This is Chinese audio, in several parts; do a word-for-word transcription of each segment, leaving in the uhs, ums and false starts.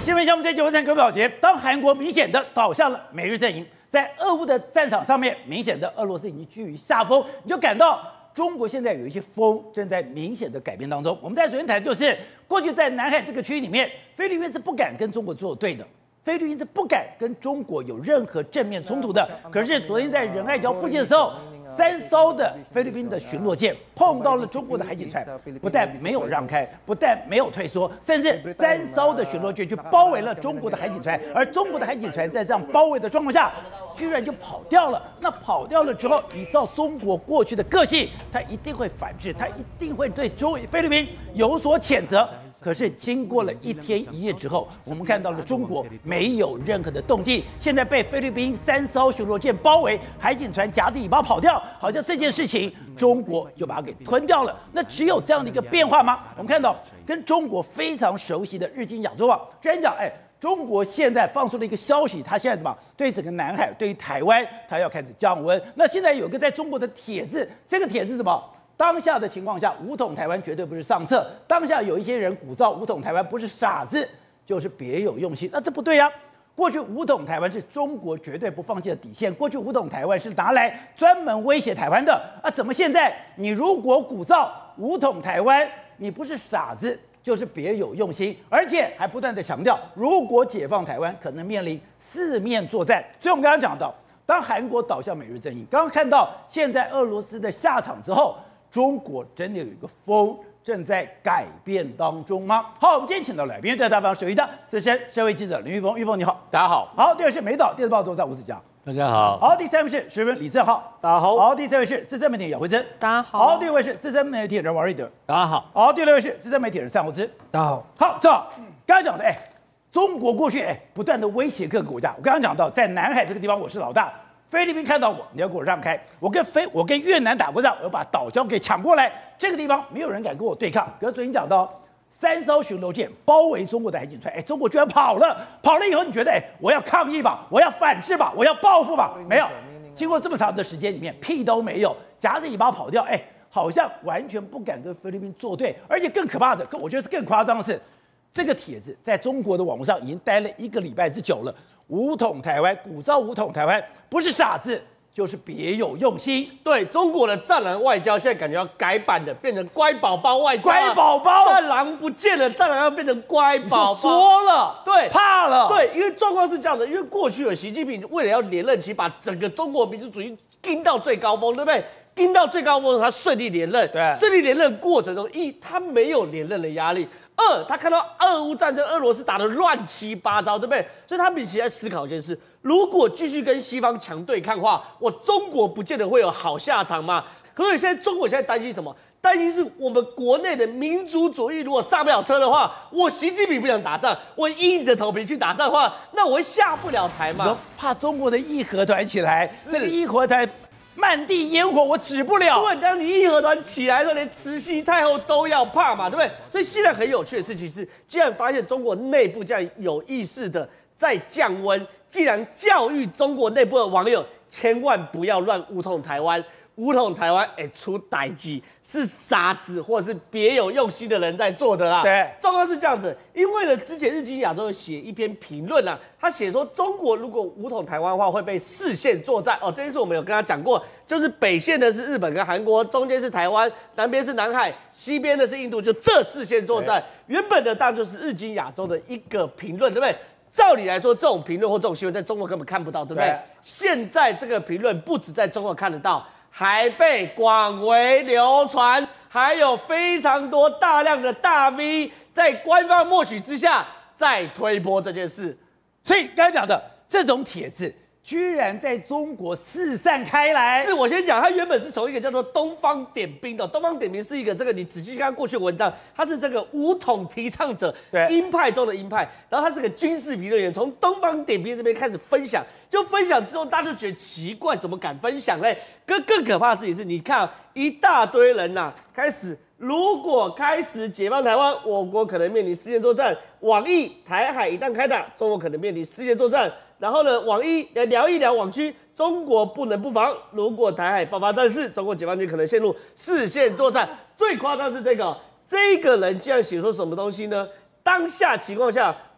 新闻项目这九分三隔表节，当韩国明显的倒向了美日阵营，在俄乌的战场上面，明显的俄罗斯已经居于下风，你就感到中国现在有一些风正在明显的改变当中。我们在昨天谈就是过去在南海这个区域里面，菲律宾是不敢跟中国作对的。菲律宾是不敢跟中国有任何正面冲突的，可是昨天在仁爱礁附近的时候，三艘的菲律宾的巡逻舰碰到了中国的海警船，不但没有让开，不但没有退缩，甚至三艘的巡逻舰就包围了中国的海警船，而中国的海警船在这样包围的状况下，居然就跑掉了。那跑掉了之后，依照中国过去的个性，他一定会反制，他一定会对中菲律宾有所谴责。可是经过了一天一夜之后，我们看到了中国没有任何的动静，现在被菲律宾三艘巡逻舰包围，海警船夹着尾巴跑掉，好像这件事情中国就把它给吞掉了。那只有这样的一个变化吗？我们看到跟中国非常熟悉的日经亚洲网居然讲，哎，中国现在放出了一个消息，它现在怎么对整个南海、对于台湾，它要开始降温。那现在有一个在中国的帖子，这个帖子什么？当下的情况下，武统台湾绝对不是上策。当下有一些人鼓噪武统台湾不是傻子，就是别有用心。那这不对啊！过去武统台湾是中国绝对不放弃的底线，过去武统台湾是拿来专门威胁台湾的啊！怎么现在你如果鼓噪武统台湾，你不是傻子，就是别有用心，而且还不断的强调，如果解放台湾，可能面临四面作战。所以我们刚刚讲到，当韩国倒向美日阵营，刚刚看到现在俄罗斯的下场之后。中国真的有一个风正在改变当中吗？好，我们今天请到来宾，在大方首席的资深社会记者林裕丰，裕丰你好， 大家好。 好，第二是美岛电视报作家吴子嘉， 大家好。 好，第三位是时评李正浩， 大家好。 好，第四位是资深媒体人姚慧珍， 大家好。 好，第五位是资深媒体人王瑞德， 大家好。 好，第六位是资深媒体人单宏之， 大家好。 好，这刚才讲的，哎，中国过去哎不断的威胁各个国家，我刚刚讲到，在南海这个地方我是老大。菲律宾看到我，你要给我让开。我跟菲，我跟越南打过仗，我要把岛礁给抢过来。这个地方没有人敢跟我对抗。可是昨天讲到，三艘巡逻舰包围中国的海警船，哎，中国居然跑了。跑了以后，你觉得，哎，我要抗议吧，我要反制吧，我要报复吧？没有。经过这么长的时间里面，屁都没有，夹着尾巴跑掉，哎，好像完全不敢跟菲律宾作对。而且更可怕的，我觉得更夸张的是，这个帖子在中国的网络上已经待了一个礼拜之久了。武统台湾，鼓噪武统台湾，不是傻子，就是别有用心。 对中国的战狼外交，现在感觉要改版的，变成乖宝宝外交、啊。 乖宝宝， 战狼不见了，战狼要变成乖宝宝。 说了， 对， 怕了。 对，因为状况是这样的，因为过去有习近平为了要连任期，把整个中国民族主义盯到最高峰，对不对？盯到最高峰，他顺利连任。 对， 顺利连任过程中，一他没有连任的压力。二，他看到俄乌战争，俄罗斯打得乱七八糟，对不对？所以他们其实在思考一件事：如果继续跟西方强对抗的话，我中国不见得会有好下场嘛。可是现在中国现在担心什么？担心是我们国内的民族主义如果上不了车的话，我习近平不想打仗，我硬着头皮去打仗的话，那我会下不了台嘛。 怕中国的义和团起来，这个义和团。漫地烟火，我止不了。 对，当你义和团起来的时候，连慈禧太后都要怕嘛，对不对？所以现在很有趣的事情是，既然发现中国内部这样有意识的在降温，既然教育中国内部的网友，千万不要乱武统台湾。武统台湾，哎，出代志是傻子或是别有用心的人在做的啦。 对， 状况是这样子，因为呢，之前日经亚洲有写一篇评论啦，他写说中国如果武统台湾的话，会被四线作战哦。这件事我们有跟他讲过，就是北线的是日本跟韩国，中间是台湾，南边是南海，西边的是印度，就这四线作战。原本的当然就是日经亚洲的一个评论，对不对？照理来说，这种评论或这种新闻在中国根本看不到，对不对？对，现在这个评论不止在中国看得到。还被广为流传，还有非常多大量的大 V 在官方默许之下在推播这件事。 所以刚才讲的这种帖子，居然在中国四散开来。 是我先讲，它原本是从一个叫做东方点兵的，东方点兵是一个这个你仔细看过去的文章，他是这个武统提倡者，对鹰派中的鹰派，然后他是个军事评论员，从东方点兵这边开始分享。就分享之后，大家就觉得奇怪，怎么敢分享嘞？更更可怕的事情是，你看一大堆人呐、啊，开始如果开始解放台湾，我国可能面临世界作战。网易台海一旦开打，中国可能面临世界作战。然后呢，网易聊一聊网区，中国不能不防。如果台海爆发战事，中国解放军可能陷入四线作战。最夸张是这个，这个人竟然写说什么东西呢？当下情况下，武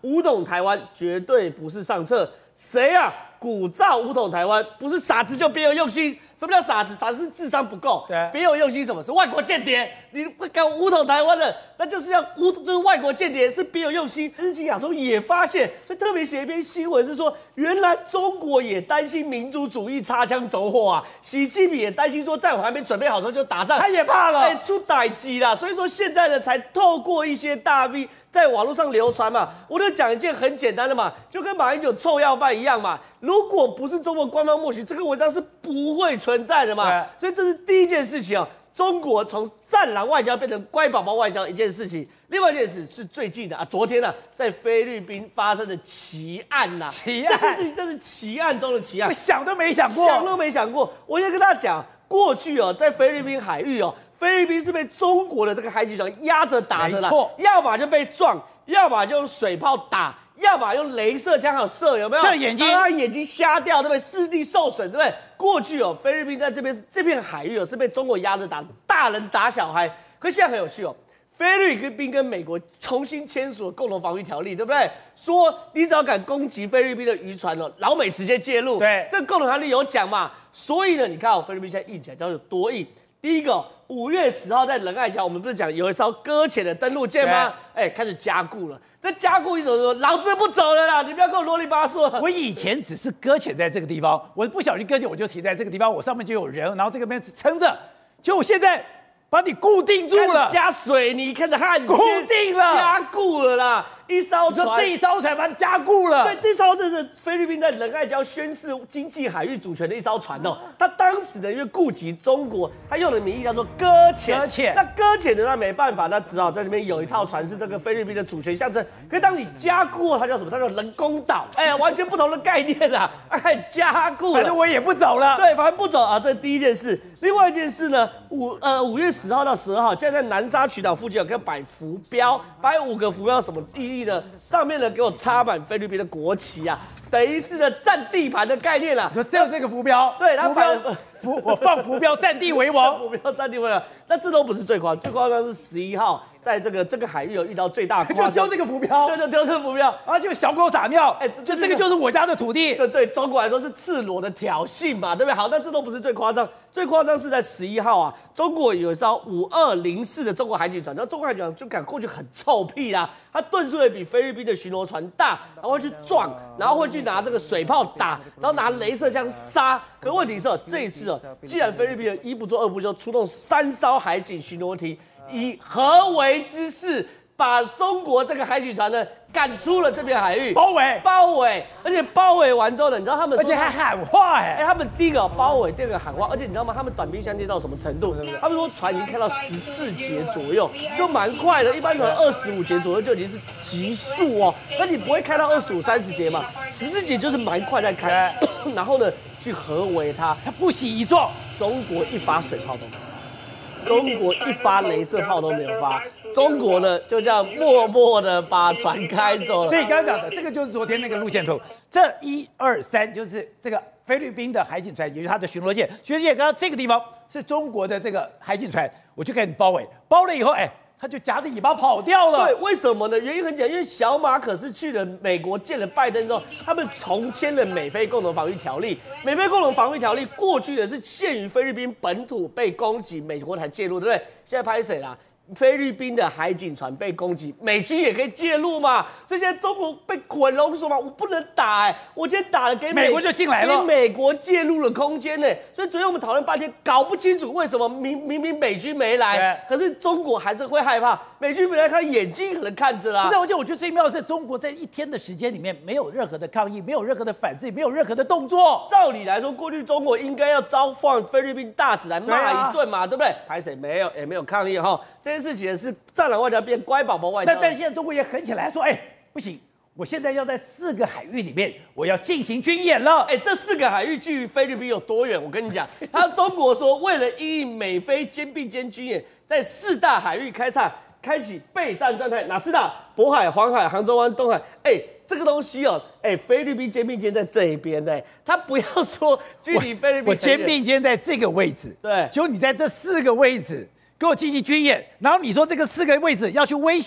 武统台湾绝对不是上策。谁啊？鼓噪武统台湾，不是傻子就别有用心。什么叫傻子？傻子是智商不够。 对， 别有用心什么？是外国间谍。你会搞武统台湾的，那就是要武，就是外国间谍，是别有用心。日经亚洲也发现，所以特别写一篇新闻是说，原来中国也担心民族主义擦枪走火啊。习近平也担心说，在我还没准备好的时候就打仗， 他也怕了， 哎，出歹机啦。所以说现在呢，才透过一些大 V 在网络上流传嘛。我就讲一件很简单的嘛，就跟马英九臭要饭一样嘛。如果不是中国官方默许，这个文章是不会存在的嘛。所以这是第一件事情哦。中国从战狼外交变成乖宝宝外交的一件事情，另外一件事是最近的啊，昨天呢、啊、在菲律宾发生的奇案呐、啊， 奇案， 这件事情这是奇案中的奇案， 我想都没想过， 想都没想过。我先跟大家讲，过去哦，在菲律宾海域哦，菲律宾是被中国的这个海警船压着打的啦，要么就被撞，要么就用水炮打。要么用雷射枪还有射，有没有？ 射眼睛， 让他眼睛瞎掉，对不对？视力受损，对不对？过去哦，菲律宾在这边这片海域哦是被中国压着打，大人打小孩。可是现在很有趣哦，菲律宾跟美国重新签署了共同防御条例，对不对？说你只要敢攻击菲律宾的渔船哦，老美直接介入。对，这个共同条例有讲嘛？所以呢，你看哦，菲律宾现在硬起来，叫做多硬。第一个，五月十号在仁爱礁，我们不是讲有一艘搁浅的登陆舰吗？哎，开始加固了。这加固一手说，老子不走了啦！你不要跟我啰里吧嗦。 我以前只是搁浅在这个地方，我不小心搁浅，我就停在这个地方，我上面就有人，然后这个边撑着。就我现在把你固定住了， 加水泥，开始焊固定了， 加固了啦。一艘船， 这一艘船把它加固了。 对，这艘这是菲律宾在仁爱礁宣示经济海域主权的一艘船哦。他当时呢，因为顾及中国，他用的名义叫做搁浅。 搁浅。 那搁浅的那没办法，他只好在这边有一套船是这个菲律宾的主权象征。可是当你加固，它叫什么？它叫人工岛。哎，完全不同的概念啊！哎，加固了。 反正我也不走了。 对，反正不走啊，这是第一件事。另外一件事呢，五呃五月十号到十二号，现在在南沙群岛附近有个摆浮标，摆五个浮标什么意义呢？上面呢给我插满菲律宾的国旗啊，等于是呢占地盘的概念啦。 就只有这个浮标， 对，它浮标浮我放浮标占地为王， 浮标占地为王。那这都不是最夸张，最夸张是十一号在这个这个海域有遇到最大夸张， 就丢这个浮标， 对，就丢这个浮标， 然后就小狗撒尿，哎，就这个就是我家的土地， 这对中国来说是赤裸的挑衅嘛，对不对？好，但这都不是最夸张，最夸张是在十一号啊，中国有一艘五二零四的中国海警船，然后中国海警船就敢过去很臭屁啦，它吨数也比菲律宾的巡逻船大，然后会去撞，然后会去拿这个水炮打，然后拿雷射枪杀。可问题是哦，这一次哦，既然菲律宾人一不做二不休，出动三艘海警巡逻艇，以合围之势把中国这个海警船呢赶出了这片海域， 包围， 包围，而且包围完之后呢，你知道他们而且还喊话哎、 欸，哎，他们第一个包围，第二个喊话，而且你知道吗？他们短兵相接到什么程度？他们说船已经开到十四节左右，就蛮快的，一般船二十五节左右就已经是极速哦，那你不会开到二十五、三十节嘛？十四节就是蛮快在开，然后呢去合围它， 它不惜一撞， 中国一发水炮都没有发，中国一发雷射炮都没有发。中国呢，就这样默默的把船开走了。 所以刚刚讲的，这个就是昨天那个路线图。这一二三就是这个菲律宾的海警船，也就是它的巡逻舰。巡逻舰刚刚这个地方是中国的这个海警船，我就给你包围，包了以后，哎，他就夹着尾巴跑掉了。 对，为什么呢？原因很简单，因为小马可是去了美国见了拜登之后，他们重签了美菲共同防御条例。美菲共同防御条例过去的是限于菲律宾本土被攻击，美国才介入，对不对？现在拍谁啦？菲律宾的海警船被攻击，美军也可以介入嘛？所以现在中国被捆龙说嘛，我不能打哎、欸，我今天打了给美, 美国就进来了， 给美国介入了空间呢、欸。所以昨天我们讨论半天，搞不清楚为什么明明明美军没来，可是中国还是会害怕。美军没来，看眼睛可能看着啦。 不是，而且我觉得最妙的是，中国在一天的时间里面没有任何的抗议，没有任何的反制，没有任何的动作。 照理来说，过去中国应该要召唤菲律宾大使来骂一顿嘛， 对,、啊、对不对？拍谁没有，也没有抗议哈。这件事情是战狼外交变乖宝宝外交。 但但现在中国也狠起来说，哎，不行，我现在要在四个海域里面，我要进行军演了。 哎，这四个海域距菲律宾有多远？我跟你讲，他中国说，为了因应美菲肩并肩军演，在四大海域开战。开启备战状态，哪四大？渤海、黄海、杭州湾、东海。哎、欸，这个东西哦，哎、欸，菲律宾肩并肩在这一边呢。他不要说距离菲律宾， 我肩并肩在这个位置， 对， 就你在这四个位置给我进行军演，然后你说这个四个位置要去威胁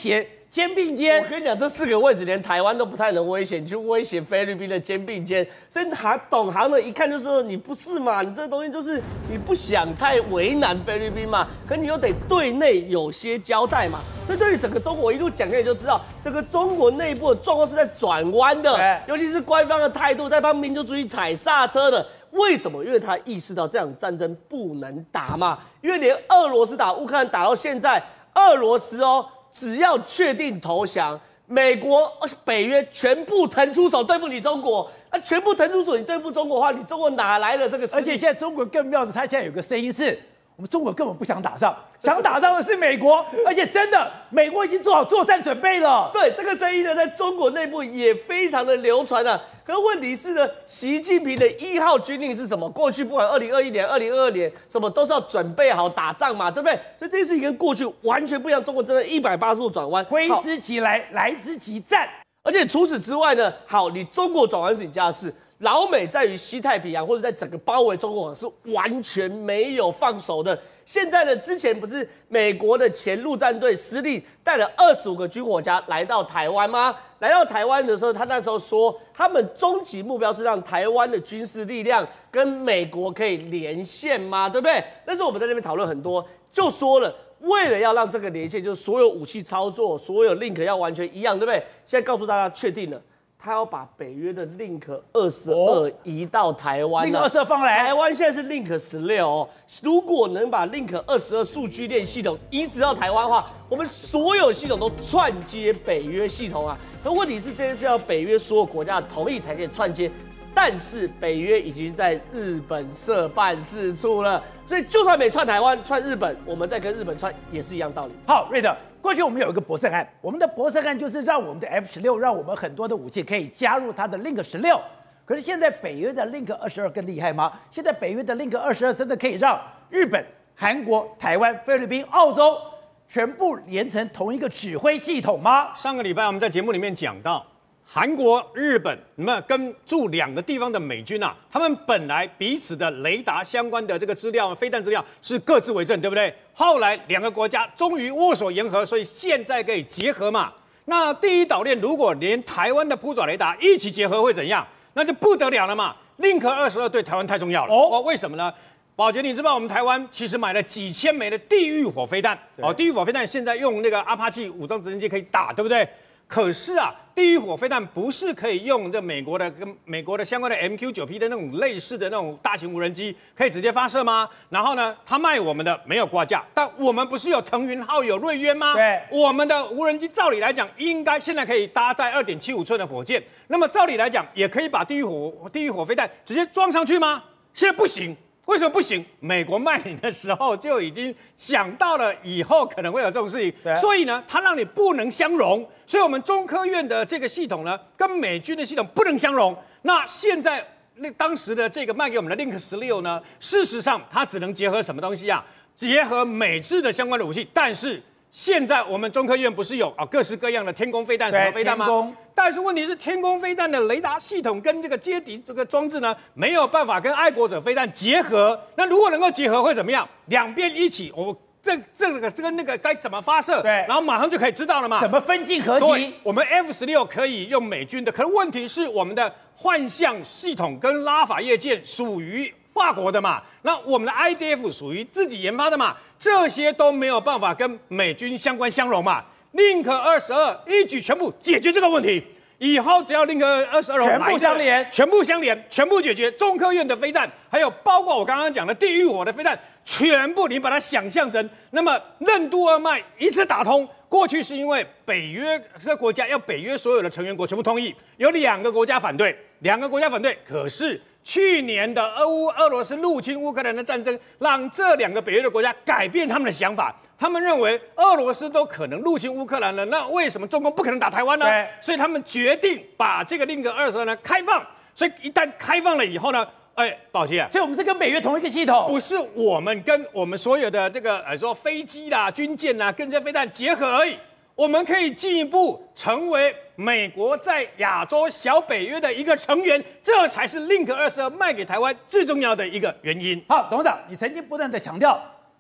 肩并肩。 我跟你讲，这四个位置连台湾都不太能威胁，你去威胁菲律宾的肩并肩。所以行懂行的，一看就说你不是嘛，你这个东西就是你不想太为难菲律宾嘛，可你又得对内有些交代嘛。所以对于整个中国一路讲下来就知道，这个中国内部的状况是在转弯的，尤其是官方的态度在帮民族主义踩刹车的。为什么？因为他意识到这场战争不能打嘛，因为连俄罗斯打乌克兰打到现在，俄罗斯哦，只要确定投降，美国、北约全部腾出手对付你中国，啊，全部腾出手你对付中国的话，你中国哪来的这个实力？ 而且现在中国更妙是，他现在有个声音是，我们中国根本不想打仗，想打仗的是美国，而且真的，美国已经做好作战准备了。 对，这个声音呢，在中国内部也非常的流传啊。可是问题是呢，习近平的一号军令是什么？过去不管二零二一年、二零二二年，什么都是要准备好打仗嘛，对不对？所以这件事情跟过去完全不一样，中国真的一百八十度转弯， 挥之即来，来之即战。 而且除此之外呢，好，你中国转弯是你家的事。老美在于西太平洋或者在整个包围中国是完全没有放手的。现在呢，之前不是美国的前陆战队司令带了二十五个军火家来到台湾吗？来到台湾的时候，他那时候说，他们终极目标是让台湾的军事力量跟美国可以连线吗？对不对？但是我们在那边讨论很多，就说了，为了要让这个连线，就是所有武器操作、所有 link 要完全一样，对不对？现在告诉大家确定了。他要把北约的 Link 二十二移到台湾 ，Link 二十二放来， 台湾现在是 Link 十六哦。如果能把 Link 二十二数据链系统移植到台湾的话，我们所有系统都串接北约系统啊。可问题是，这件事要北约所有国家的同意才可以串接。但是北约已经在日本设办事处了，所以就算没串台湾，串日本，我们再跟日本串也是一样道理。 好，瑞德，过去我们有一个博胜案，我们的博胜案就是让我们的 F 十六，让我们很多的武器可以加入它的 Link 十六。可是现在北约的 Link 二十二更厉害吗？现在北约的 Link 二十二真的可以让日本、韩国、台湾、菲律宾、澳洲全部连成同一个指挥系统吗？ 上个礼拜我们在节目里面讲到。韩国、日本，那么跟驻两个地方的美军啊，他们本来彼此的雷达相关的这个资料、飞弹资料是各自为政，对不对？后来两个国家终于握手言和，所以现在可以结合嘛。那第一岛链如果连台湾的扑爪雷达一起结合会怎样？那就不得了了嘛。Link 二十二对台湾太重要了哦，为什么呢？宝杰，你知道我们台湾其实买了几千枚的地狱火飞弹哦，地狱火飞弹现在用那个阿帕奇武装直升机可以打，对不对？可是啊，地狱火飞弹不是可以用这美国的跟美国的相关的 M Q 九 P 的那种类似的那种大型无人机可以直接发射吗？然后呢，他卖我们的没有挂价，但我们不是有腾云号有瑞渊吗？ 对， 我们的无人机照理来讲，应该现在可以搭载 二点七五寸的火箭，那么照理来讲，也可以把地狱火地狱火飞弹直接装上去吗？现在不行。为什么不行？美国卖你的时候就已经想到了以后可能会有这种事情，所以呢，它让你不能相容。所以我们中科院的这个系统呢，跟美军的系统不能相容。那现在那当时的这个卖给我们的 Link 十六呢，事实上它只能结合什么东西啊？结合美制的相关的武器，但是。现在我们中科院不是有啊各式各样的天宫飞弹什么飞弹吗？但是问题是天宫飞弹的雷达系统跟这个接敌这个装置呢没有办法跟爱国者飞弹结合。那如果能够结合会怎么样？两边一起，我这这个这个那个该怎么发射？ 对， 然后马上就可以知道了嘛。 怎么分进合击？ 我们 F 十六可以用美军的，可是问题是我们的幻象系统跟拉法叶舰属于法国的嘛，那我们的 I D F 属于自己研发的嘛，这些都没有办法跟美军相关相容嘛。Link 二十二一举全部解决这个问题，以后只要 Link 二十二全部相连， 全部相连，全部解决。中科院的飞弹，还有包括我刚刚讲的地狱火的飞弹，全部你把它想象成，那么任督二脉一次打通。过去是因为北约这个国家要北约所有的成员国全部同意，有两个国家反对，两个国家反对，可是。去年的俄乌俄罗斯入侵乌克兰的战争，让这两个北约的国家改变他们的想法。他们认为俄罗斯都可能入侵乌克兰了，那为什么中共不可能打台湾呢？所以他们决定把这个 Link 二十二呢开放。所以一旦开放了以后呢，哎，宝杰啊， 所以我们是跟北约同一个系统， 不是我们跟我们所有的这个呃说飞机啦、军舰啦，跟这飞弹结合而已。我们可以进一步成为美国在亚洲小北约的一个成员，这才是 Link 二十二卖给台湾最重要的一个原因。 好，董事长，你曾经不断的强调，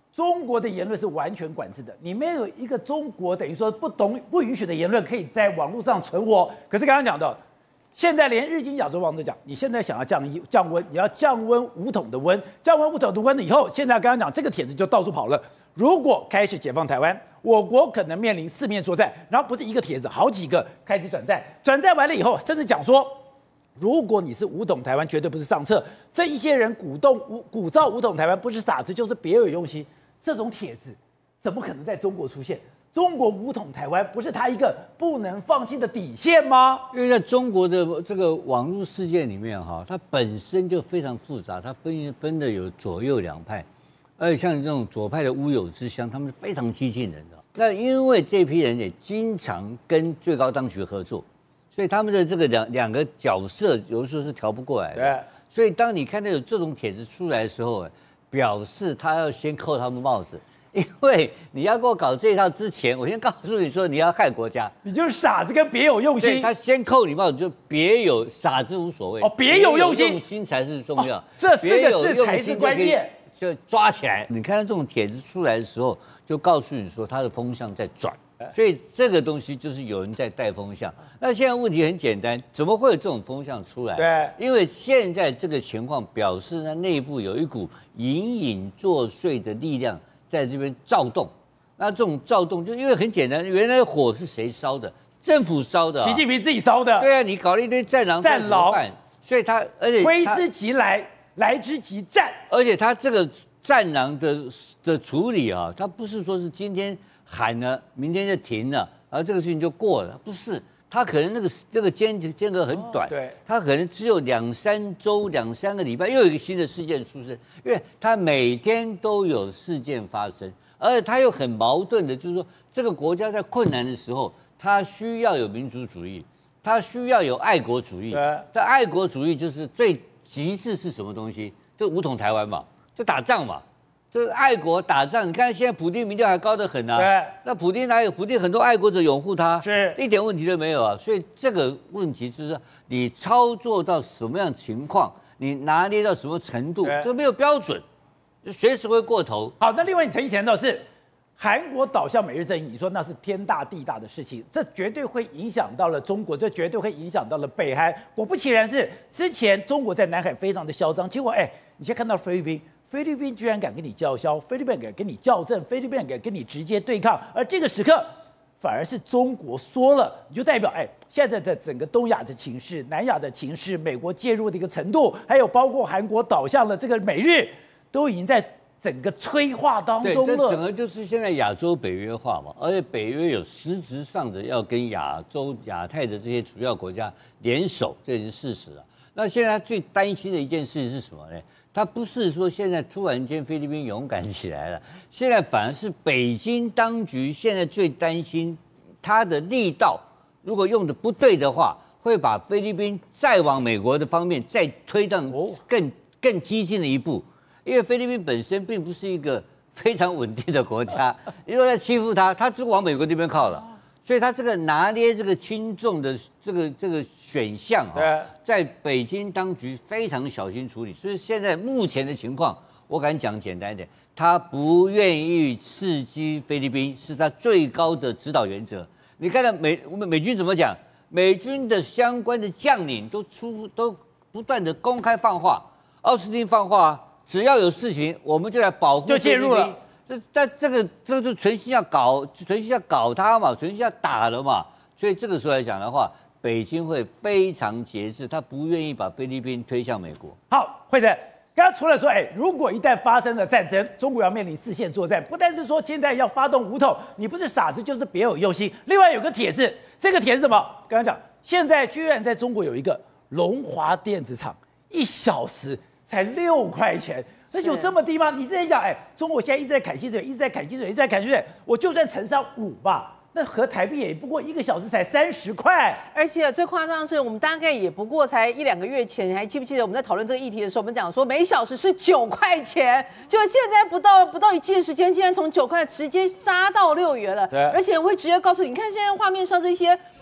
中国的言论是完全管制的，你没有一个中国等于说不懂不允许的言论可以在网络上存活。可是刚刚讲到，现在连日经亚洲网都讲，你现在想要降一降温，你要降温武统的温，降温武统的温了以后，现在刚刚讲这个帖子就到处跑了。如果开始解放台湾，我国可能面临四面作战，然后不是一个帖子，好几个开始转战，转战完了以后，甚至讲说，如果你是武统台湾，绝对不是上策。这一些人鼓动武鼓噪武统台湾，不是傻子就是别有用心。这种帖子怎么可能在中国出现？中国武统台湾不是他一个不能放弃的底线吗？ 因为在中国的这个网络世界里面哈，它本身就非常复杂，它分分的有左右两派，而且像这种左派的乌有之乡，他们是非常激进人的。那因为这批人也经常跟最高当局合作，所以他们的这个两两个角色有的时候是调不过来的。 对。 所以当你看到有这种帖子出来的时候，表示他要先扣他们帽子。因为你要给我搞这一套之前，我先告诉你说你要害国家， 你就是傻子跟别有用心。 他先扣你帽子，就别有傻子无所谓。 哦，别有用心， 用心才是重要。 哦、这四个字才是关键， 就抓起来。你看到这种帖子出来的时候，就告诉你说他的风向在转，所以这个东西就是有人在带风向。那现在问题很简单，怎么会有这种风向出来？ 对， 因为现在这个情况表示呢，内部有一股隐隐作祟的力量。在这边躁动，那这种躁动就因为很简单，原来火是谁烧的？政府烧的、啊， 习近平自己烧的。 对啊，你搞了一堆战狼战狼， 所以他而且挥之即来，来之即战。 而且他这个战狼的的处理啊，他不是说是今天喊了，明天就停了，然后这个事情就过了，不是。他可能那个这个间间隔很短， 哦、对， 他可能只有两三周、两三个礼拜，又有一个新的事件出现，因为他每天都有事件发生，而且他又很矛盾的，就是说这个国家在困难的时候，他需要有民族主义，他需要有爱国主义，但爱国主义就是最极致是什么东西？就武统台湾嘛，就打仗嘛。就是爱国打仗，你看现在普丁民调还高得很啊。 对， 那普丁哪有？普丁很多爱国者拥护他， 是一点问题都没有啊。所以这个问题就是你操作到什么样情况，你拿捏到什么程度，这没有标准，随时会过头。 好，那另外你曾经谈到是韩国倒向美日阵营，你说那是天大地大的事情，这绝对会影响到了中国，这绝对会影响到了北韩。果不其然是之前中国在南海非常的嚣张，结果哎，你先看到菲律宾。菲律宾居然敢跟你叫嚣，菲律宾敢跟你校正，菲律宾敢跟你直接对抗，而这个时刻反而是中国说了，你就代表哎，现在的整个东亚的情势、南亚的情势、美国介入的一个程度，还有包括韩国倒向了这个美日，都已经在整个催化当中了。 对，这整个就是现在亚洲北约化嘛，而且北约有实质上的要跟亚洲、亚太的这些主要国家联手，这也是事实了。那现在最担心的一件事是什么呢？他不是说现在突然间菲律宾勇敢起来了，现在反而是北京当局现在最担心他的力道，如果用的不对的话，会把菲律宾再往美国的方面再推到更更激进的一步。因为菲律宾本身并不是一个非常稳定的国家，如果要欺负他，他就往美国这边靠了。所以他这个拿捏这个轻重的这个这个选项啊，在北京当局非常小心处理。所以现在目前的情况，我敢讲简单一点，他不愿意刺激菲律宾，是他最高的指导原则。你看到美美军怎么讲？美军的相关的将领都出都不断的公开放话，奥斯汀放话，只要有事情，我们就来保护菲律宾。 就介入了。 这但这个这个就存心要搞，存心要搞他嘛，存心要打了嘛，所以这个时候来讲的话，北京会非常节制，他不愿意把菲律宾推向美国。 好，慧珍，刚刚除了说，哎，如果一旦发生了战争，中国要面临四线作战，不但是说现在要发动武统，你不是傻子就是别有用心。另外有个帖子，这个帖子什么？刚刚讲，现在居然在中国有一个龙华电子厂，一小时才六块钱。那有这么低吗？你之前讲，哎，中国现在一直在砍薪水，一直在砍薪水，一直在砍薪水，我就算乘上五吧，那合台币也不过一个小时才三十块。 而且最夸张的是，我们大概也不过才一两个月前，你还记不记得我们在讨论这个议题的时候，我们讲说每小时是九块钱，就现在不到不到一季的时间，竟然从九块直接杀到六元了，而且会直接告诉你，你看现在画面上这些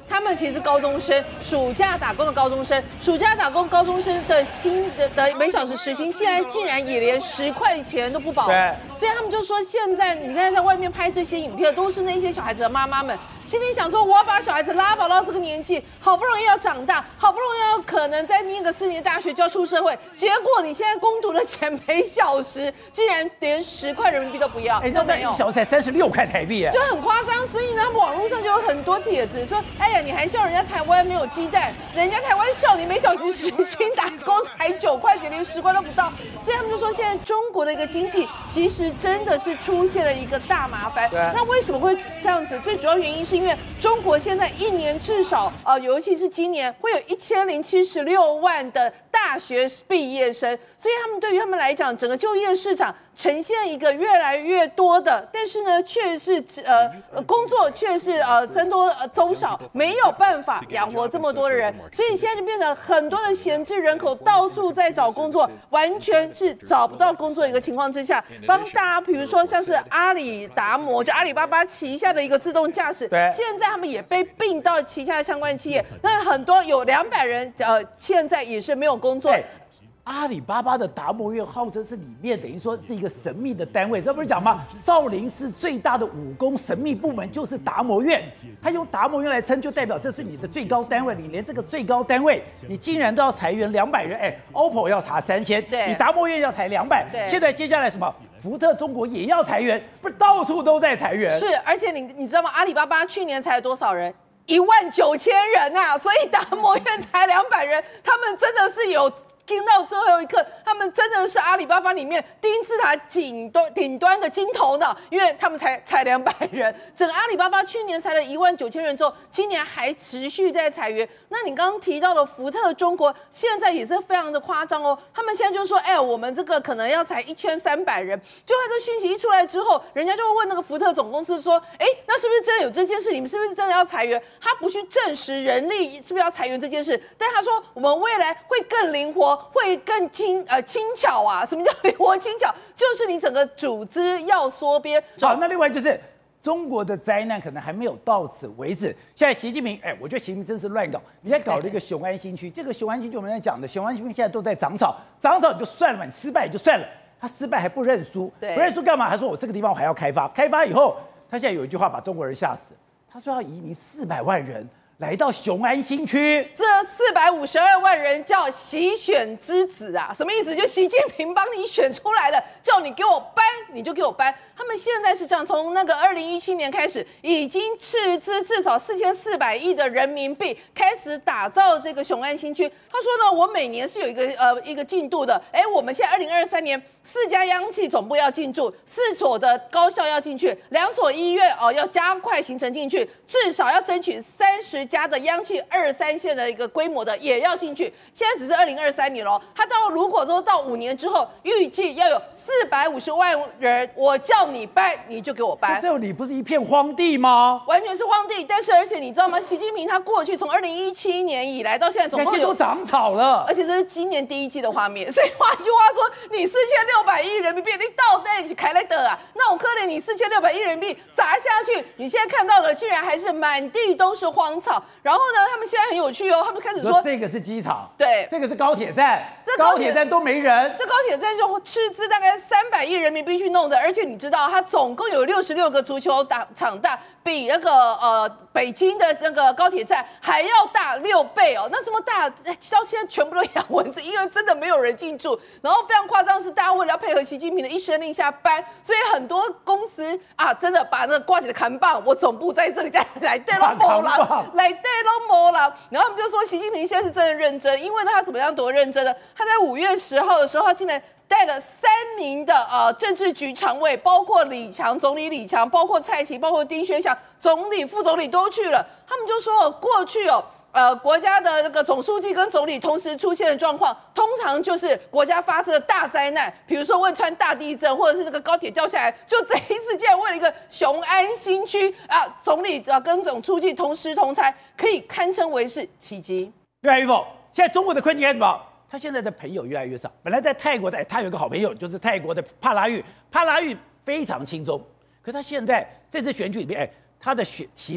他们其实是高中生，暑假打工的高中生，暑假打工高中生的薪的的每小时时薪，现在竟然也连十块钱都不保。 对， 所以他们就说，现在你看在外面拍这些影片，都是那些小孩子的妈妈们心里想说，我要把小孩子拉拔到这个年纪，好不容易要长大，好不容易要可能再念个四年大学就要出社会，结果你现在工读的钱每小时竟然连十块人民币都不要， 哎， 都没有， 一小时才三十六块台币， 就很夸张。所以呢，网络上就有很多帖子说，哎呀，你还笑人家台湾没有鸡蛋，人家台湾笑你每小时时薪打工才九块钱，连十块都不到。所以他们就说，现在中国的一个经济其实真的是出现了一个大麻烦。那为什么会这样子？最主要原因是因为中国现在一年至少呃，尤其是今年会有一千零七十六万的大学毕业生，所以他们对于他们来讲，整个就业市场呈现一个越来越多的，但是呢，却是呃工作却是呃增多呃增少，没有办法养活这么多的人，所以现在就变成很多的闲置人口到处在找工作，完全是找不到工作的一个情况之下，帮大家比如说像是阿里达摩，就阿里巴巴旗下的一个自动驾驶，现在他们也被并到旗下的相关企业，那很多有两百人呃现在也是没有工作。 阿里巴巴的达摩院号称是里面等于说是一个神秘的单位，这不是讲吗？少林寺最大的武功神秘部门就是达摩院，他用达摩院来称，就代表这是你的最高单位。你连这个最高单位，你竟然都要裁员两百人，哎 ，O P P O 要查三千，你达摩院要裁两百，现在接下来什么？福特中国也要裁员，不是到处都在裁员。 是，而且你你知道吗？阿里巴巴去年裁了多少人？一万九千人啊！所以达摩院才两百人，他们真的是有。听到最后一刻，他们真的是阿里巴巴里面金字塔顶端顶端的金头脑，因为他们才才两百人。整个阿里巴巴去年裁了一万九千人之后，今年还持续在裁员。那你刚刚提到的福特中国，现在也是非常的夸张哦。他们现在就说，哎，我们这个可能要裁一千三百人。就在这讯息一出来之后，人家就会问那个福特总公司说，哎，那是不是真的有这件事？你们是不是真的要裁员？他不去证实人力是不是要裁员这件事，但他说我们未来会更灵活。会更轻呃轻巧啊？什么叫灵活轻巧？就是你整个组织要缩编。 好，那另外就是中国的灾难可能还没有到此为止。现在习近平，哎，我觉得习近平真是乱搞。你在搞了一个雄安新区，这个雄安新区我们在讲的，雄安新区现在都在长草，长草也就算了嘛，你失败也就算了，他失败还不认输，不认输干嘛？他说我这个地方我还要开发，开发以后，他现在有一句话把中国人吓死，他说要移民四百万人。来到雄安新区， 这四百五十二万人叫习选之子啊，什么意思？就习近平帮你选出来的，叫你给我搬，你就给我搬。他们现在是这样，从那个二零一七年开始，已经斥资至少四千四百亿的人民币，开始打造这个雄安新区。他说呢，我每年是有一个呃一个进度的，哎，我们现在二零二三年四家央企总部要进驻，四所的高校要进去，两所医院哦要加快行程进去，至少要争取三十家的央企二三线的一个规模的也要进去。现在只是二零二三年咯，他到如果说到五年之后，预计要有四百五十万人，我叫你搬你就给我搬。 这里不是一片荒地吗？ 完全是荒地。但是而且你知道吗？习近平他过去从二零一七年以来到现在总共有都长草了， 而且这是今年第一季的画面。所以换句话说，你四千六百亿人民币，你到底是开来的啊？那我可怜你四千六百亿人民币砸下去，你现在看到的竟然还是满地都是荒草。然后呢，他们现在很有趣哦，他们开始说， 说这个是机场， 对， 这个是高铁站，这高铁站都没人， 这高铁站就斥资大概三百亿人民币去弄的，而且你知道，它总共有六十六个足球打场大，比那个呃北京的那个高铁站还要大六倍哦。那这么大，到现在全部都养蚊子，因为真的没有人进驻。然后非常夸张是，大家为了要配合习近平的一声令下搬，所以很多公司啊，真的把那个挂起的扛棒，我总部在这里，再来带到某了，来带到某了。然后他们就说，习近平现在是真的认真，因为呢，他怎么样多认真呢？他在五月十号的时候，他竟然带了三名的呃政治局常委，包括李强总理李强，包括蔡奇，包括丁薛祥总理、副总理都去了。他们就说，过去哦，呃，国家的那个总书记跟总理同时出现的状况，通常就是国家发生的大灾难，比如说汶川大地震，或者是这个高铁掉下来。就这一次，竟然为了一个雄安新区啊，总理啊跟总书记同时同台，可以堪称为是奇迹。 对啊，玉凤，现在中国的困境开始什么？他现在的朋友越来越少。本来在泰国的，哎，他有一个好朋友，就是泰国的帕拉育，帕拉育非常轻松。可他现在这次选举里面，哎，他的选其次，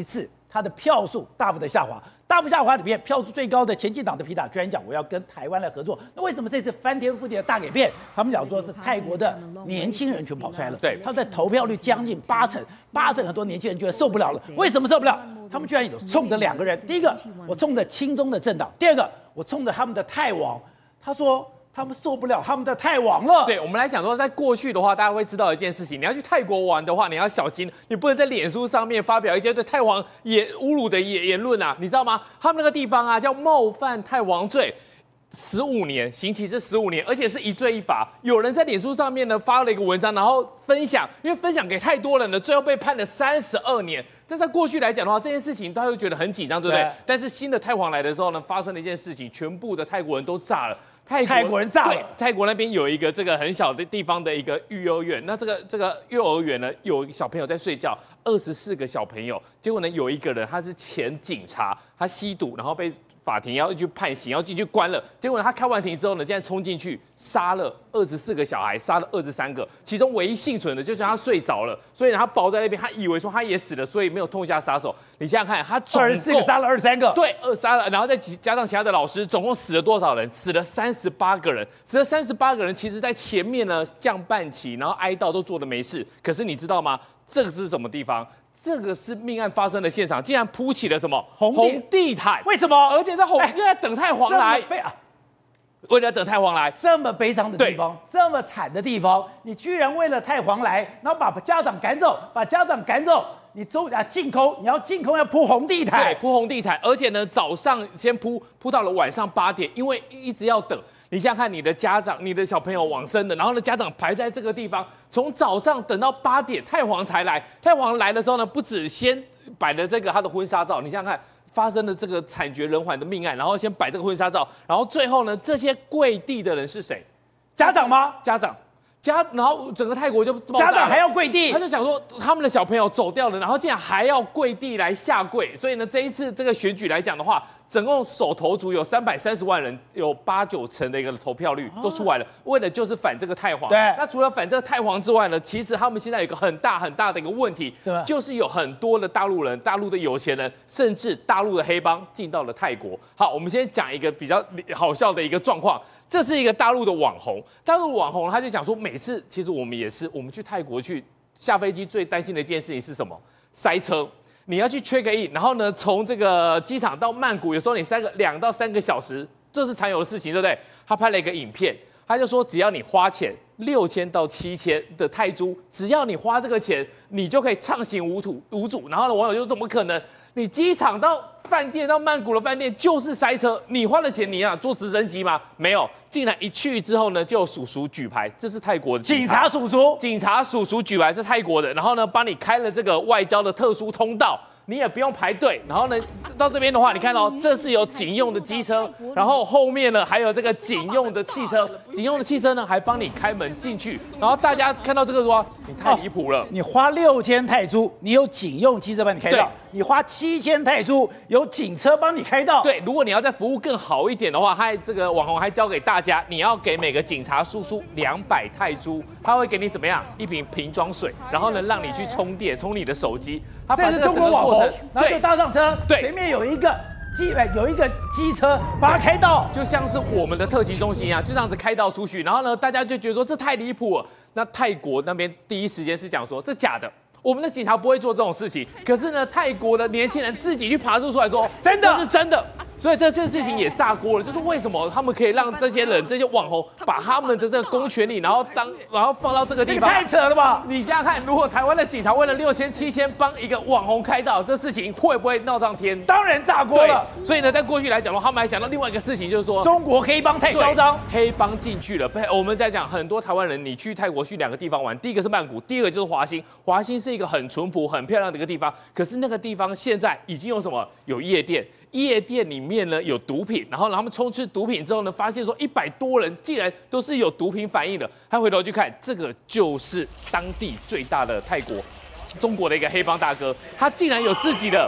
它的票数大幅的下滑。大幅下滑里面，票数最高的前进党的皮塔居然讲我要跟台湾来合作。那为什么这次翻天覆地的大改变？他们讲说是泰国的年轻人全跑出来了， 对， 他的投票率将近八成，八成很多年轻人觉得受不了了。为什么受不了？他们居然有冲着两个人，第一个我冲着亲中的政党，第二个我冲着他们的泰王。他说他们受不了他们的泰王了。 对我们来讲说，在过去的话，大家会知道一件事情：你要去泰国玩的话，你要小心，你不能在脸书上面发表一些对泰王也侮辱的言言论啊，你知道吗？他们那个地方啊，叫冒犯泰王罪。十五年，刑期是十五年，而且是一罪一罚。有人在脸书上面呢发了一个文章，然后分享，因为分享给太多人了，最后被判了三十二年。但在过去来讲的话，这件事情大家会觉得很紧张，对不对？对。但是新的泰皇来的时候呢，发生了一件事情，全部的泰国人都炸了。泰国, 泰国人炸了。 泰国那边有一个这个很小的地方的一个幼儿园，那这个这个幼儿园呢，有小朋友在睡觉，二十四个小朋友，结果呢有一个人他是前警察，他吸毒，然后被法庭要去判刑，要进去关了。结果呢，他开完庭之后呢，竟然冲进去杀了二十四个小孩，杀了二十三个，其中唯一幸存的就是他睡着了，所以呢他抱在那边，他以为说他也死了，所以没有痛下杀手。你想想看，他二十四个杀了二十三个， 对，二杀了，然后再加上其他的老师，总共死了多少人？死了三十八个人，死了三十八个人。其实，在前面呢降半旗，然后哀悼都做得没事。可是你知道吗？这个是什么地方？这个是命案发生的现场，竟然铺起了什么红 地, 红地毯？ 为什么？ 而且在红，因为在等太皇来， 啊、 为了等太皇来， 这么悲伤的地方，这么惨的地方，你居然为了太皇来，然后把家长赶走，把家长赶走，你周啊净空，你要净空要铺红地毯， 对，铺红地毯，而且呢早上先铺，铺到了晚上八点，因为一直要等。你想想看，你的家长、你的小朋友往生的，然后呢，家长排在这个地方，从早上等到八点，太皇才来。太皇来的时候呢，不止先摆了这个他的婚纱照，你想想看，发生了这个惨绝人寰的命案，然后先摆这个婚纱照，然后最后呢，这些跪地的人是谁？ 家长吗？ 家长。家，然后整个泰国就爆炸了， 家长还要跪地， 他就想说他们的小朋友走掉了，然后竟然还要跪地来下跪，所以呢，这一次这个选举来讲的话，总共首投族有三百三十万人，有八九成的一个投票率都出来了，为的就是反这个太皇。 对， 那除了反这个太皇之外呢，其实他们现在有一个很大很大的一个问题，就是有很多的大陆人、大陆的有钱人，甚至大陆的黑帮进到了泰国。好，我们先讲一个比较好笑的一个状况。这是一个大陆的网红，大陆网红他就讲说，每次其实我们也是，我们去泰国去下飞机最担心的一件事情是什么？塞车。你要去 check in， 然后呢，从这个机场到曼谷，有时候你塞个两到三个小时，这是常有的事情，对不对？他拍了一个影片，他就说，只要你花钱六千到七千的泰铢，只要你花这个钱，你就可以畅行无阻无阻。然后呢，网友就说怎么可能？你机场到饭店到曼谷的饭店就是塞车，你花了钱，你想坐直升机吗？没有，竟然一去之后呢，就有叔叔举牌，这是泰国的警察叔叔， 警察叔叔举牌是泰国的，然后呢，帮你开了这个外交的特殊通道。你也不用排队，然后呢，到这边的话，你看哦，这是有警用的机车，然后后面呢还有这个警用的汽车，警用的汽车呢还帮你开门进去，然后大家看到这个说，你太离谱了， 哦、你花六千泰铢，你有警用机车帮你开道，你花七千泰铢，有警车帮你开道。 对，如果你要再服务更好一点的话，他这个网红还教给大家，你要给每个警察叔叔两百泰铢，他会给你怎么样？一瓶瓶装水，然后呢让你去充电，充你的手机。他这是中国网红，然后就搭上车， 对， 前面有一个机，有一个机车把它开道， 就像是我们的特勤中心一样，就这样子开道出去。然后呢，大家就觉得说这太离谱了。那泰国那边第一时间是讲说这假的，我们的警察不会做这种事情。可是呢，泰国的年轻人自己去爬出出来说真的， 这是真的。所以这件事情也炸锅了，就是为什么他们可以让这些人、这些网红把他们的这个公权力，然后当然后放到这个地方， 太扯了吧？ 你想想看，如果台湾的警察为了六千、七千帮一个网红开道，这事情会不会闹上天？ 当然炸锅了。 所以呢，在过去来讲的话，他们还想到另外一个事情，就是说中国黑帮太嚣张， 黑帮进去了。我们在讲很多台湾人，你去泰国去两个地方玩，第一个是曼谷，第二个就是华欣。华欣是一个很淳朴、很漂亮的一个地方，可是那个地方现在已经有什么？有夜店。夜店里面呢有毒品，然后他们充斥毒品之后呢，发现说一百多人竟然都是有毒品反应的。他回头去看，这个就是当地最大的泰国、中国的一个黑帮大哥，他竟然有自己的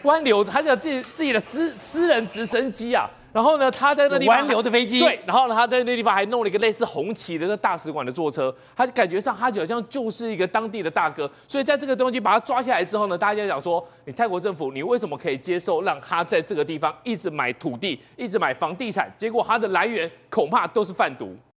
湾流，他有自己自己的私私人直升机啊。然后呢，他在那地方湾流的飞机， 对，然后呢，他在那地方还弄了一个类似红旗的这大使馆的座车，他感觉上他好像就是一个当地的大哥，所以在这个东西把他抓下来之后呢，大家就讲说，你泰国政府你为什么可以接受让他在这个地方一直买土地，一直买房地产，结果他的来源恐怕都是贩毒。